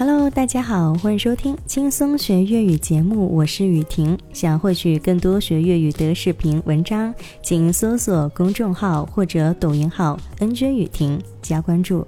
Hello， 大家好，欢迎收听轻松学粤语节目，我是雨婷。想获取更多学粤语的视频文章，请搜索公众号或者抖音号 NJ 雨婷加关注。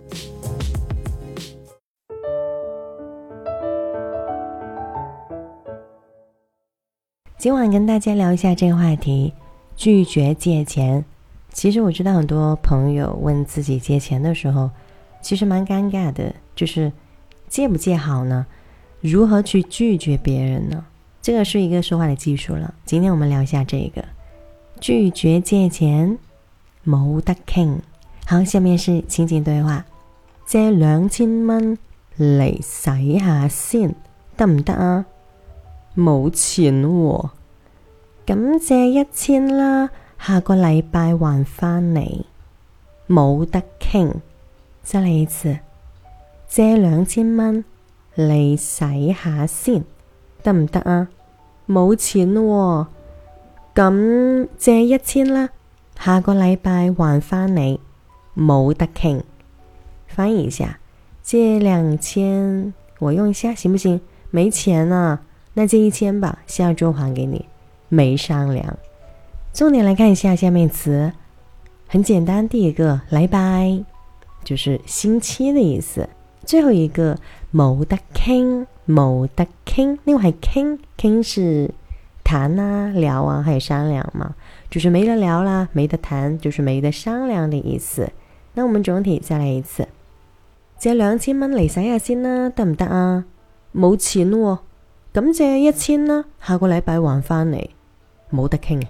今晚跟大家聊一下这个话题，拒绝借钱。其实我知道很多朋友问自己借钱的时候，其实蛮尴尬的，就是借不借好呢？如何去拒绝别人呢？这个是一个说话的技术了。今天我们聊一下这个拒绝借錢冇得傾。好，下面是情景對話。借2000蚊嚟使下先，得唔得啊？冇錢喎。咁借1000啦，下個禮拜還返嚟。冇得傾。再嚟一次。借2000蚊嚟使下先，得唔得啊？冇錢喎。咁借1000啦，下個禮拜還返你。冇得傾。翻譯一下，借2000我用一下行不行？沒錢啊，那借1000吧，下周還給你。沒商量。重點來看一下下面詞，很簡單，第一個禮拜就是星期的意思。最後一個冇得傾，冇得傾，另外傾，傾是談啊聊啊還有商量嘛，就是沒得聊啦，沒得談，就是沒得商量的意思。那我們總體再來一次，借2000蚊嚟使下先啦，得唔得啊？冇錢喎。咁借1000啦，下個禮拜還返嚟。冇得傾。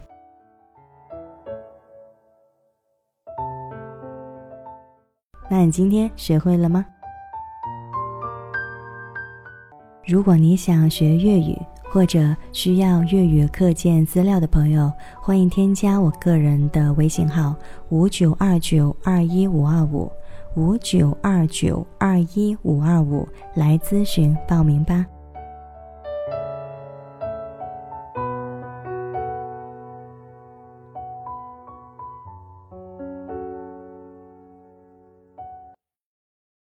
那你今天學會了嗎？如果你想學粵語或者需要粵語課件資料的朋友，歡迎添加我個人的微信號5929215525 59292155來諮詢報名吧。